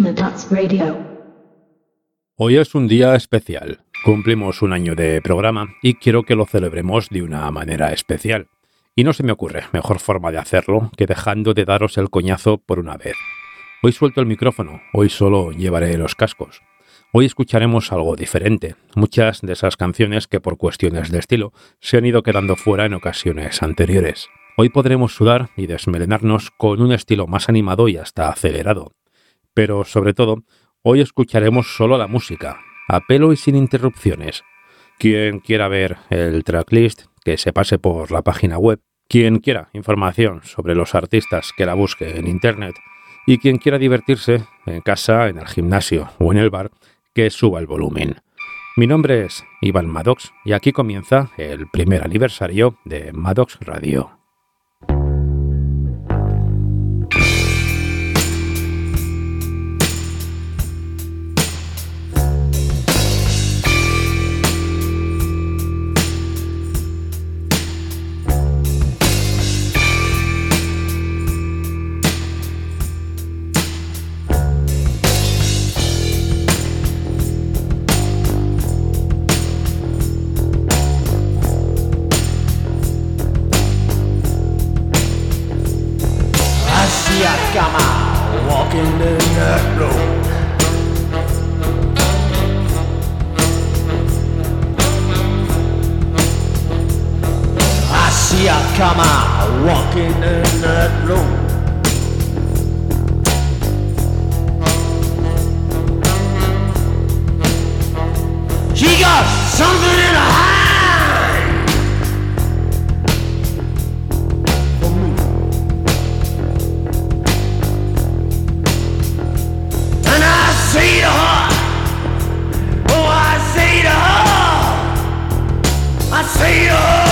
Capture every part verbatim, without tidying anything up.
Madox Radio. Hoy es un día especial. Cumplimos un año de programa y quiero que lo celebremos de una manera especial. Y no se me ocurre mejor forma de hacerlo que dejando de daros el coñazo por una vez. Hoy suelto el micrófono, hoy solo llevaré los cascos. Hoy escucharemos algo diferente, muchas de esas canciones que por cuestiones de estilo se han ido quedando fuera en ocasiones anteriores. Hoy podremos sudar y desmelenarnos con un estilo más animado y hasta acelerado. Pero sobre todo, hoy escucharemos solo la música, a pelo y sin interrupciones. Quien quiera ver el tracklist, que se pase por la página web. Quien quiera información sobre los artistas, que la busque en internet. Y quien quiera divertirse en casa, en el gimnasio o en el bar, que suba el volumen. Mi nombre es Iván Madox y aquí comienza el primer aniversario de Madox Radio. Come out walking in that road. She got something in her hand for me, and I say to her, oh, I say to her, I say to her.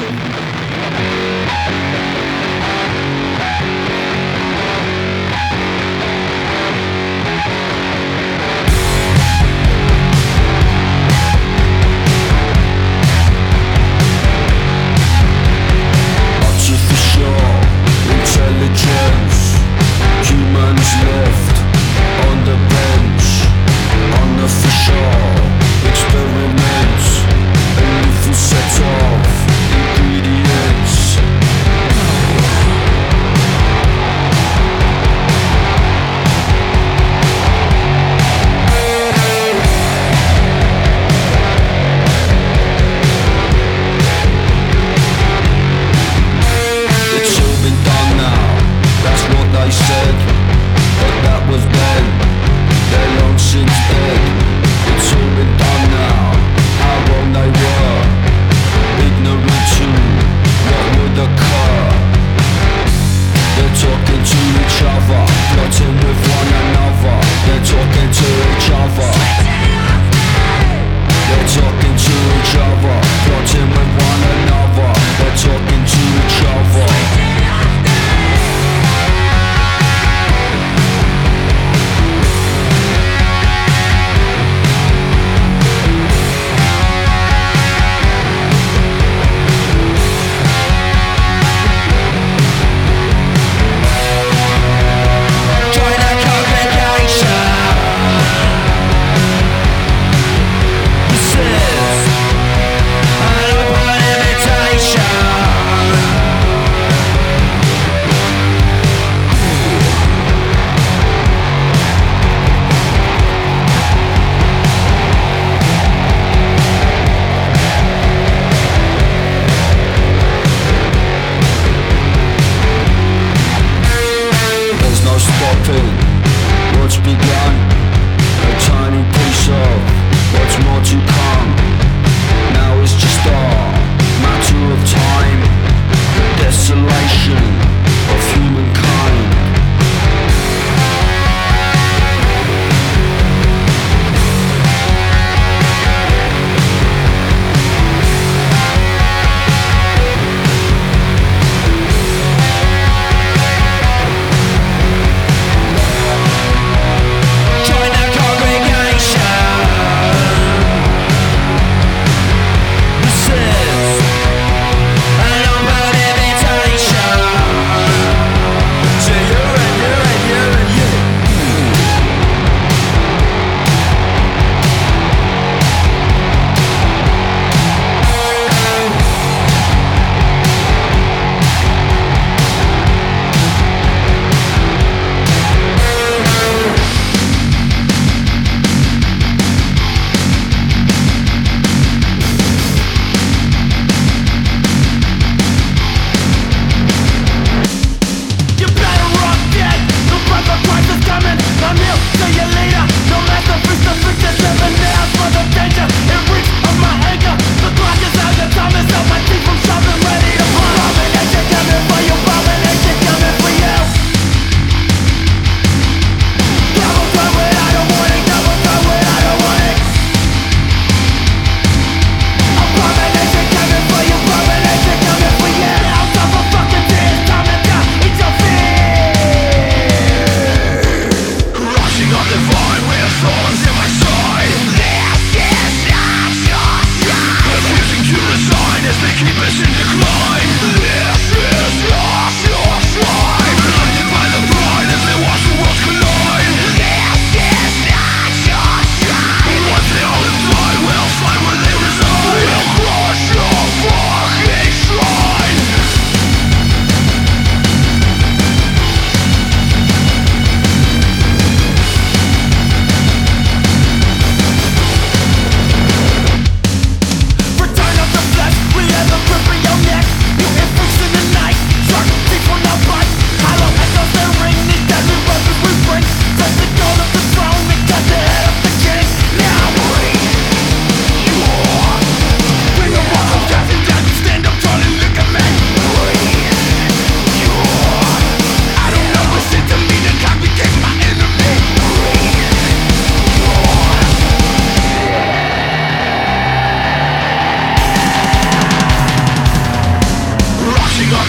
Return of the flesh, we have the grip of your neck.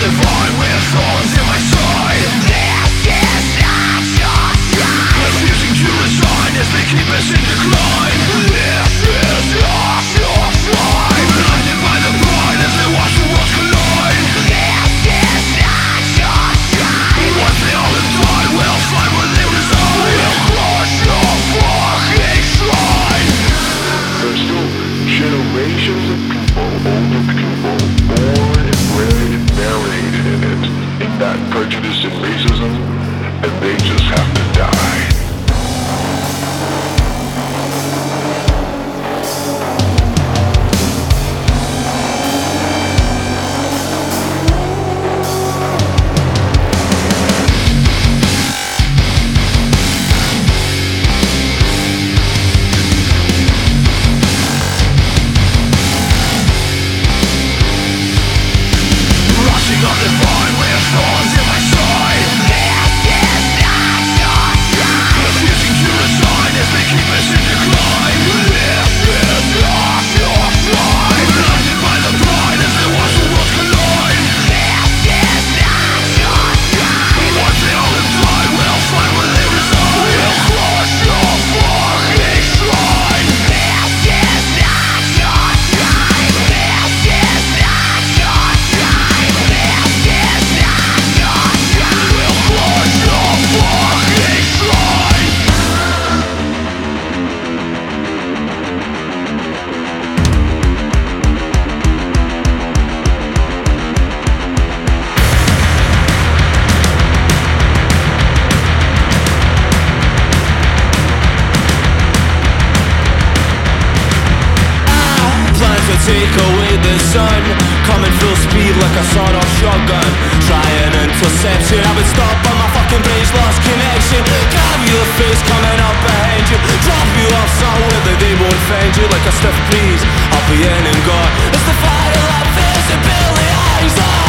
take away the sun, coming full speed like a sawed-off shotgun, trying interception. I've been stopped by my fucking brain's lost connection. Grab you the face coming up behind you, drop you off somewhere that they won't find you. Like a stiff breeze, I'll be in and gone. It's the fire that visibility eyes on.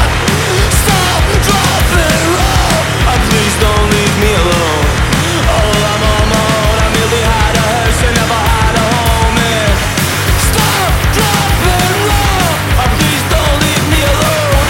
Stop, drop and roll, oh, please don't leave me alone. Oh, I'm on my own, I merely had a house and never had a home. And stop, drop and roll, oh, please don't leave me alone.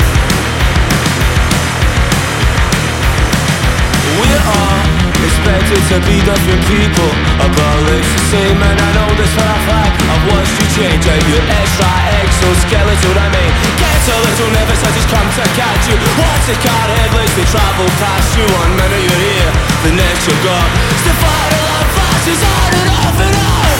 We are expected to be different people, but life's the same, and I know this for a fact. I've watched you change out your extra exoskeleton. I mean, get a little nervous, I just come to catch you. Watch the car headlights, they travel past you. One minute you're here, the next you're gone. It's the fire alarm flashes on and off and on.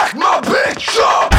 back my bitch up.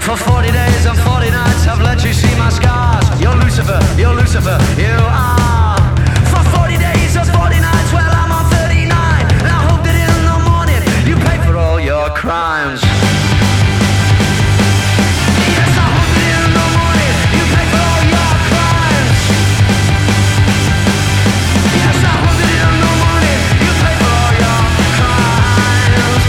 For forty days and forty nights I've let you see my scars. You're Lucifer, you're Lucifer, you are. For forty days and forty nights, well I'm on thirty-nine, and I hope that in the morning you pay for all your crimes. Yes, I hope that in the morning you pay for all your crimes. Yes, I hope that in the morning you pay for all your crimes.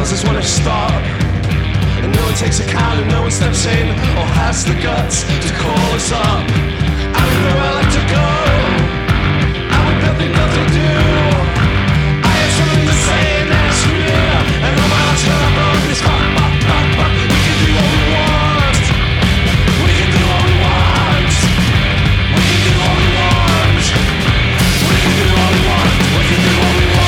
tells us when to stop. And no one takes account and no one steps in or has the guts to call us up. I don't know where I like to go, and with nothing left to do, I have something to say and that's from you. And all my heart's gonna broke this fuck, fuck, fuck, fuck. We can do what we want. We can do what we want. We can do what we want. We can do what we want. We can do what we want.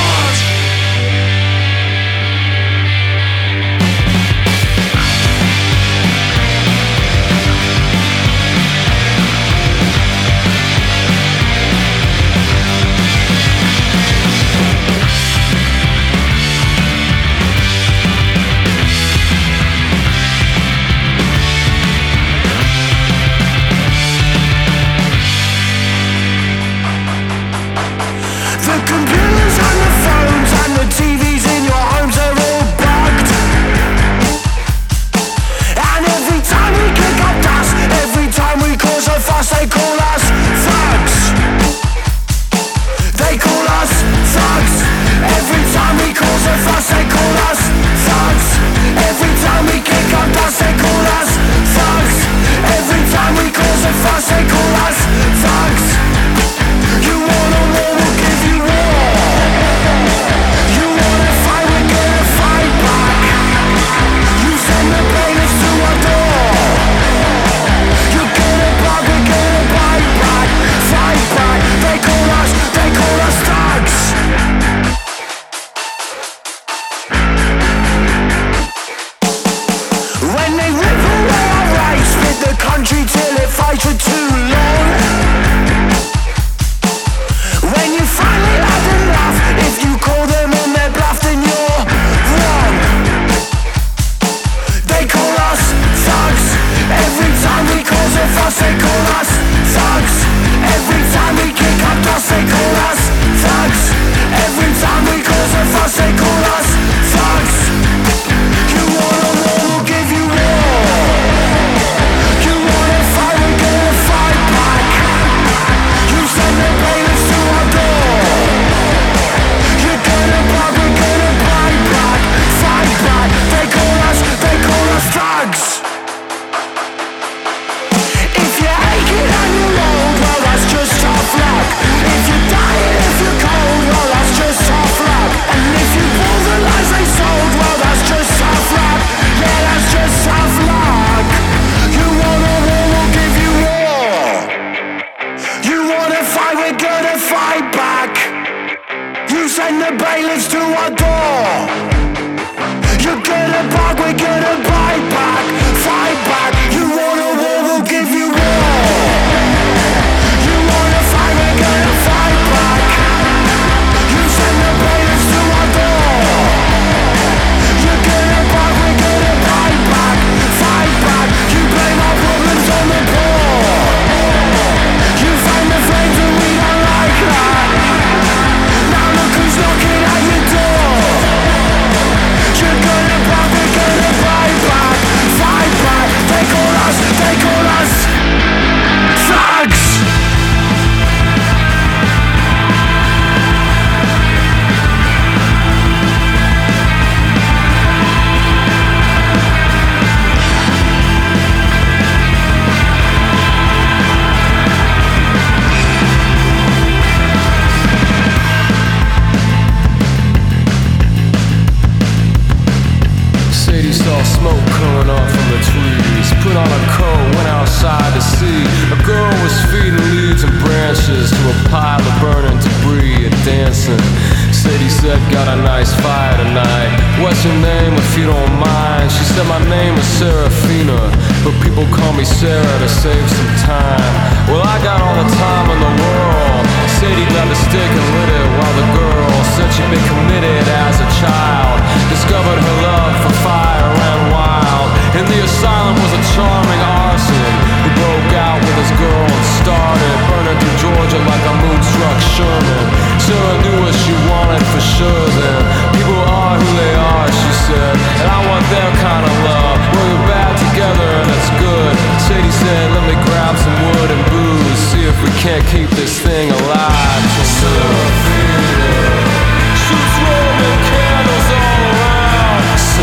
Can't keep this thing alive. Seraphina shoots Roman candles all around.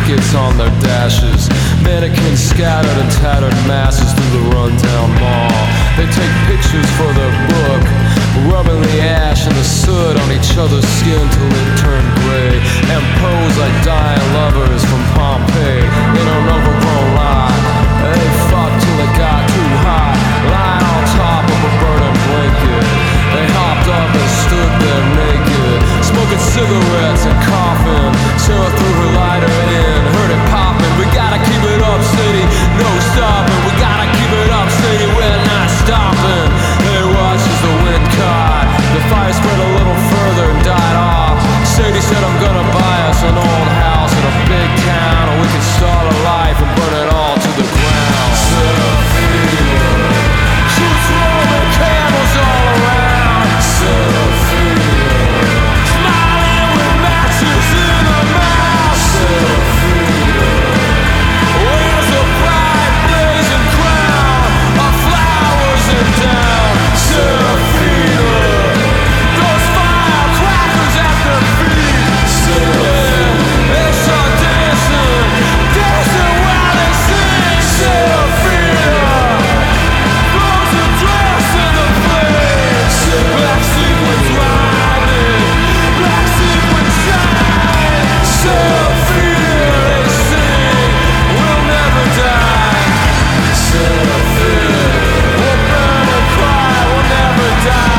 tickets on their dashes. Mannequins scattered in tattered masses through the rundown mall. They take pictures for their book, rubbing the ash and the soot on each other's skin till it turned gray, and pose like dying lovers from Pompeii in an overgrown lot. They fucked till it got too hot, lying on top of a burning blanket. They hopped up and stood there naked, smoking cigarettes and coughing. Sarah threw her lighter in, heard it popping. We gotta keep it up, city, no stopping. We gotta keep it up, city, we're not stopping. They watched as the wind caught, the fire spread a little further and died off. Sadie said, I'm gonna buy us an old house in a big town, and we can start a life and burn it all to the ground. Sophia, shoots Roman candles all around. Sophia, smiling with matches in her mouth. Sophia, wears a bright blazing crown of flowers and down. Sophia, those firecrackers at their feet. Sophia, they start dancing, dancing while they sing. Sophia, throws a dress in the flames. Black sequins riding, black sequins shine. Sophia, they sing, we'll never die. Sophia, we'll burn and cry, we'll never die.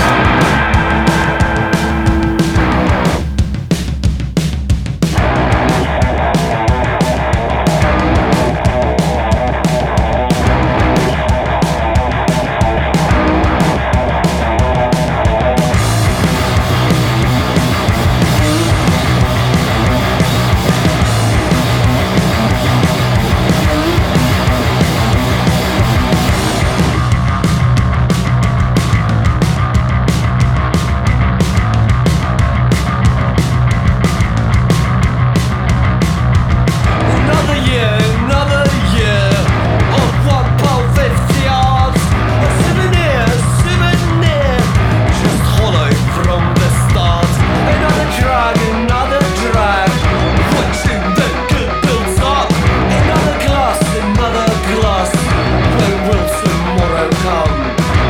Another year, another year of one pound fifty yards. A souvenir, a souvenir, just hollow from the start. Another drag, another drag, watching the good builds up. Another glass, another glass, when will tomorrow come?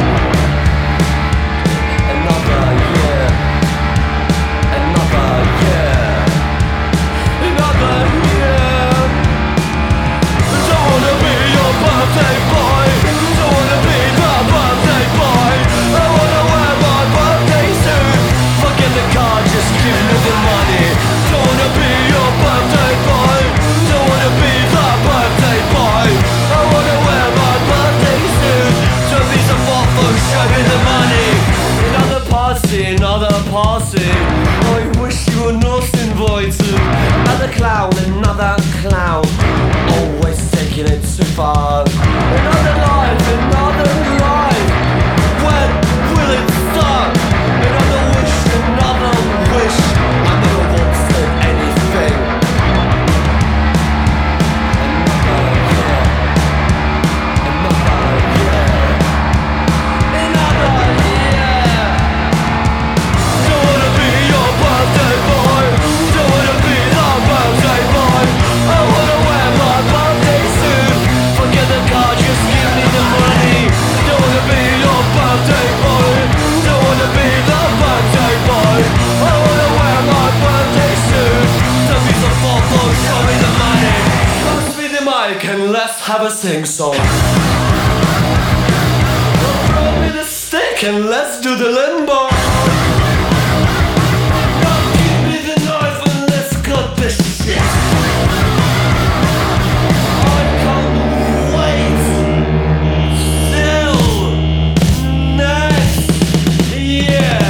Another year, another year, another year. Don't wanna be your birthday boy, don't wanna be the birthday boy. I wanna wear my birthday suit, forget the card, just give me the money. Don't wanna be your birthday boy, don't wanna be the birthday boy. I wanna wear my birthday suit, don't be so thoughtful, show me the money. Another party, another party, I wish you were not invited. Another clown, another clown, always taking it too far. Another life, another life, when will it start? Another wish, another wish, I never wanted anything. Another year, another year, another year. Don't wanna be your birthday boy, don't wanna be the birthday boy. I wanna wear my birthday suit, forget the card, just give me the money. Don't wanna be your birthday boy, don't wanna be the birthday boy. I wanna wear my birthday suit, don't be so thoughtful, show me the money. Pass me the mic and let's have a sing song. Throw me the stick and let's do the limbo. Now give me the knife and let's cut this shit. I can't wait till next year.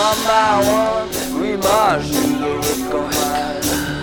one by one, we march through the wicker man.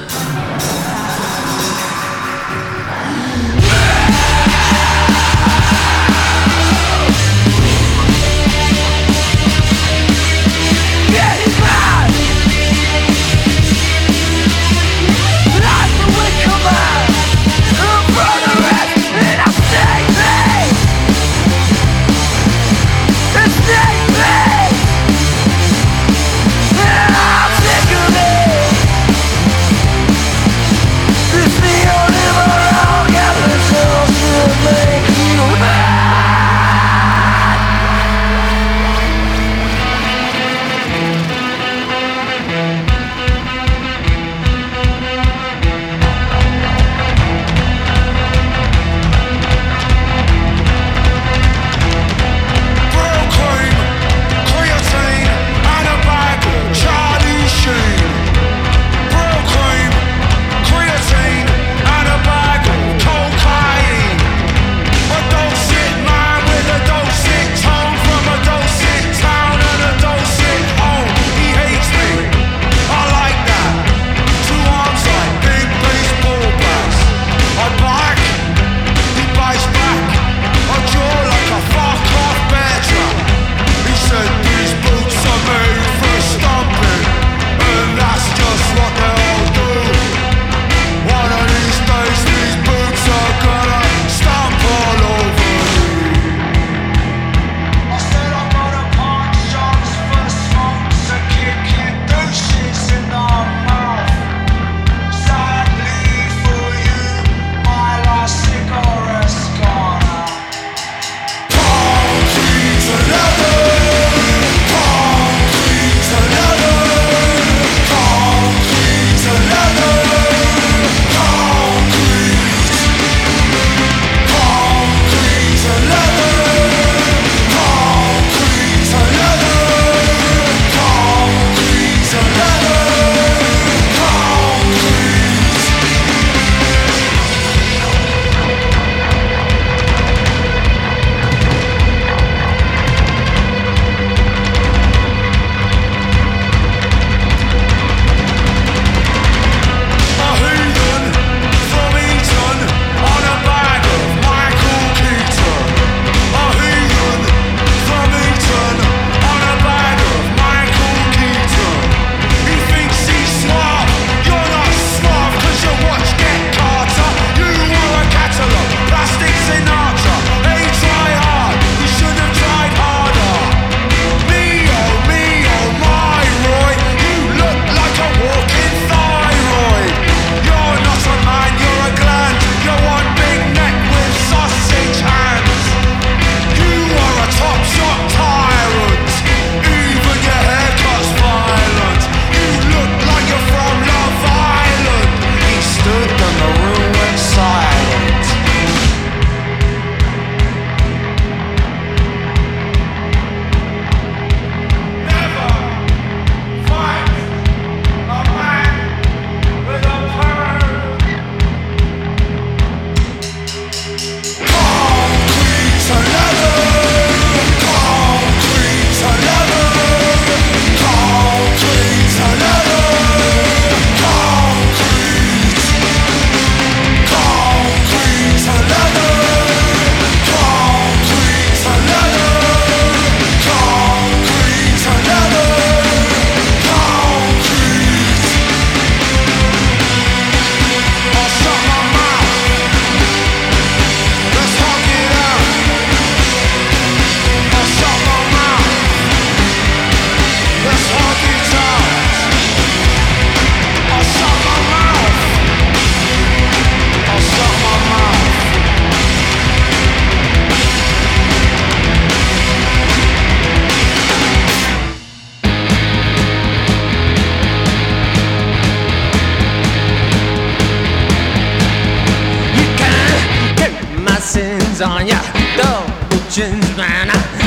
on ya, double chins, man.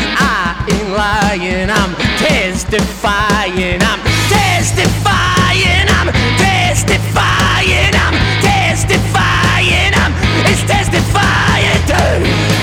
I ain't lying, I'm testifying, I'm testifying, I'm testifying, I'm testifying, I'm it's testifying, dude.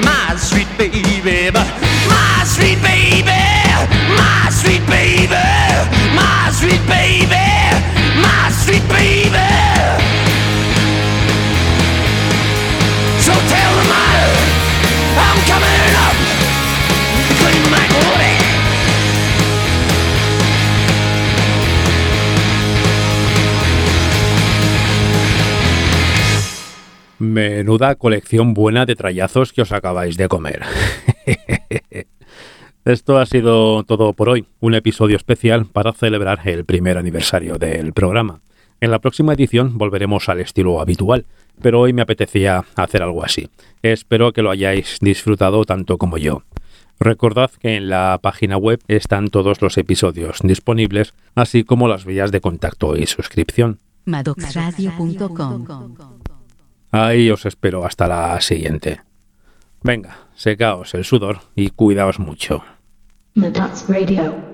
my sweet baby, but my sweet baby, my sweet baby, my sweet baby, my sweet baby. So tell them I'm coming up, clean my body. Menuda colección buena de trallazos que os acabáis de comer. Esto ha sido todo por hoy, un episodio especial para celebrar el primer aniversario del programa. En la próxima edición volveremos al estilo habitual, pero hoy me apetecía hacer algo así. Espero que lo hayáis disfrutado tanto como yo. Recordad que en la página web están todos los episodios disponibles, así como las vías de contacto y suscripción. madox radio punto com. Ahí os espero hasta la siguiente. Venga, secaos el sudor y cuidaos mucho. Madox Radio.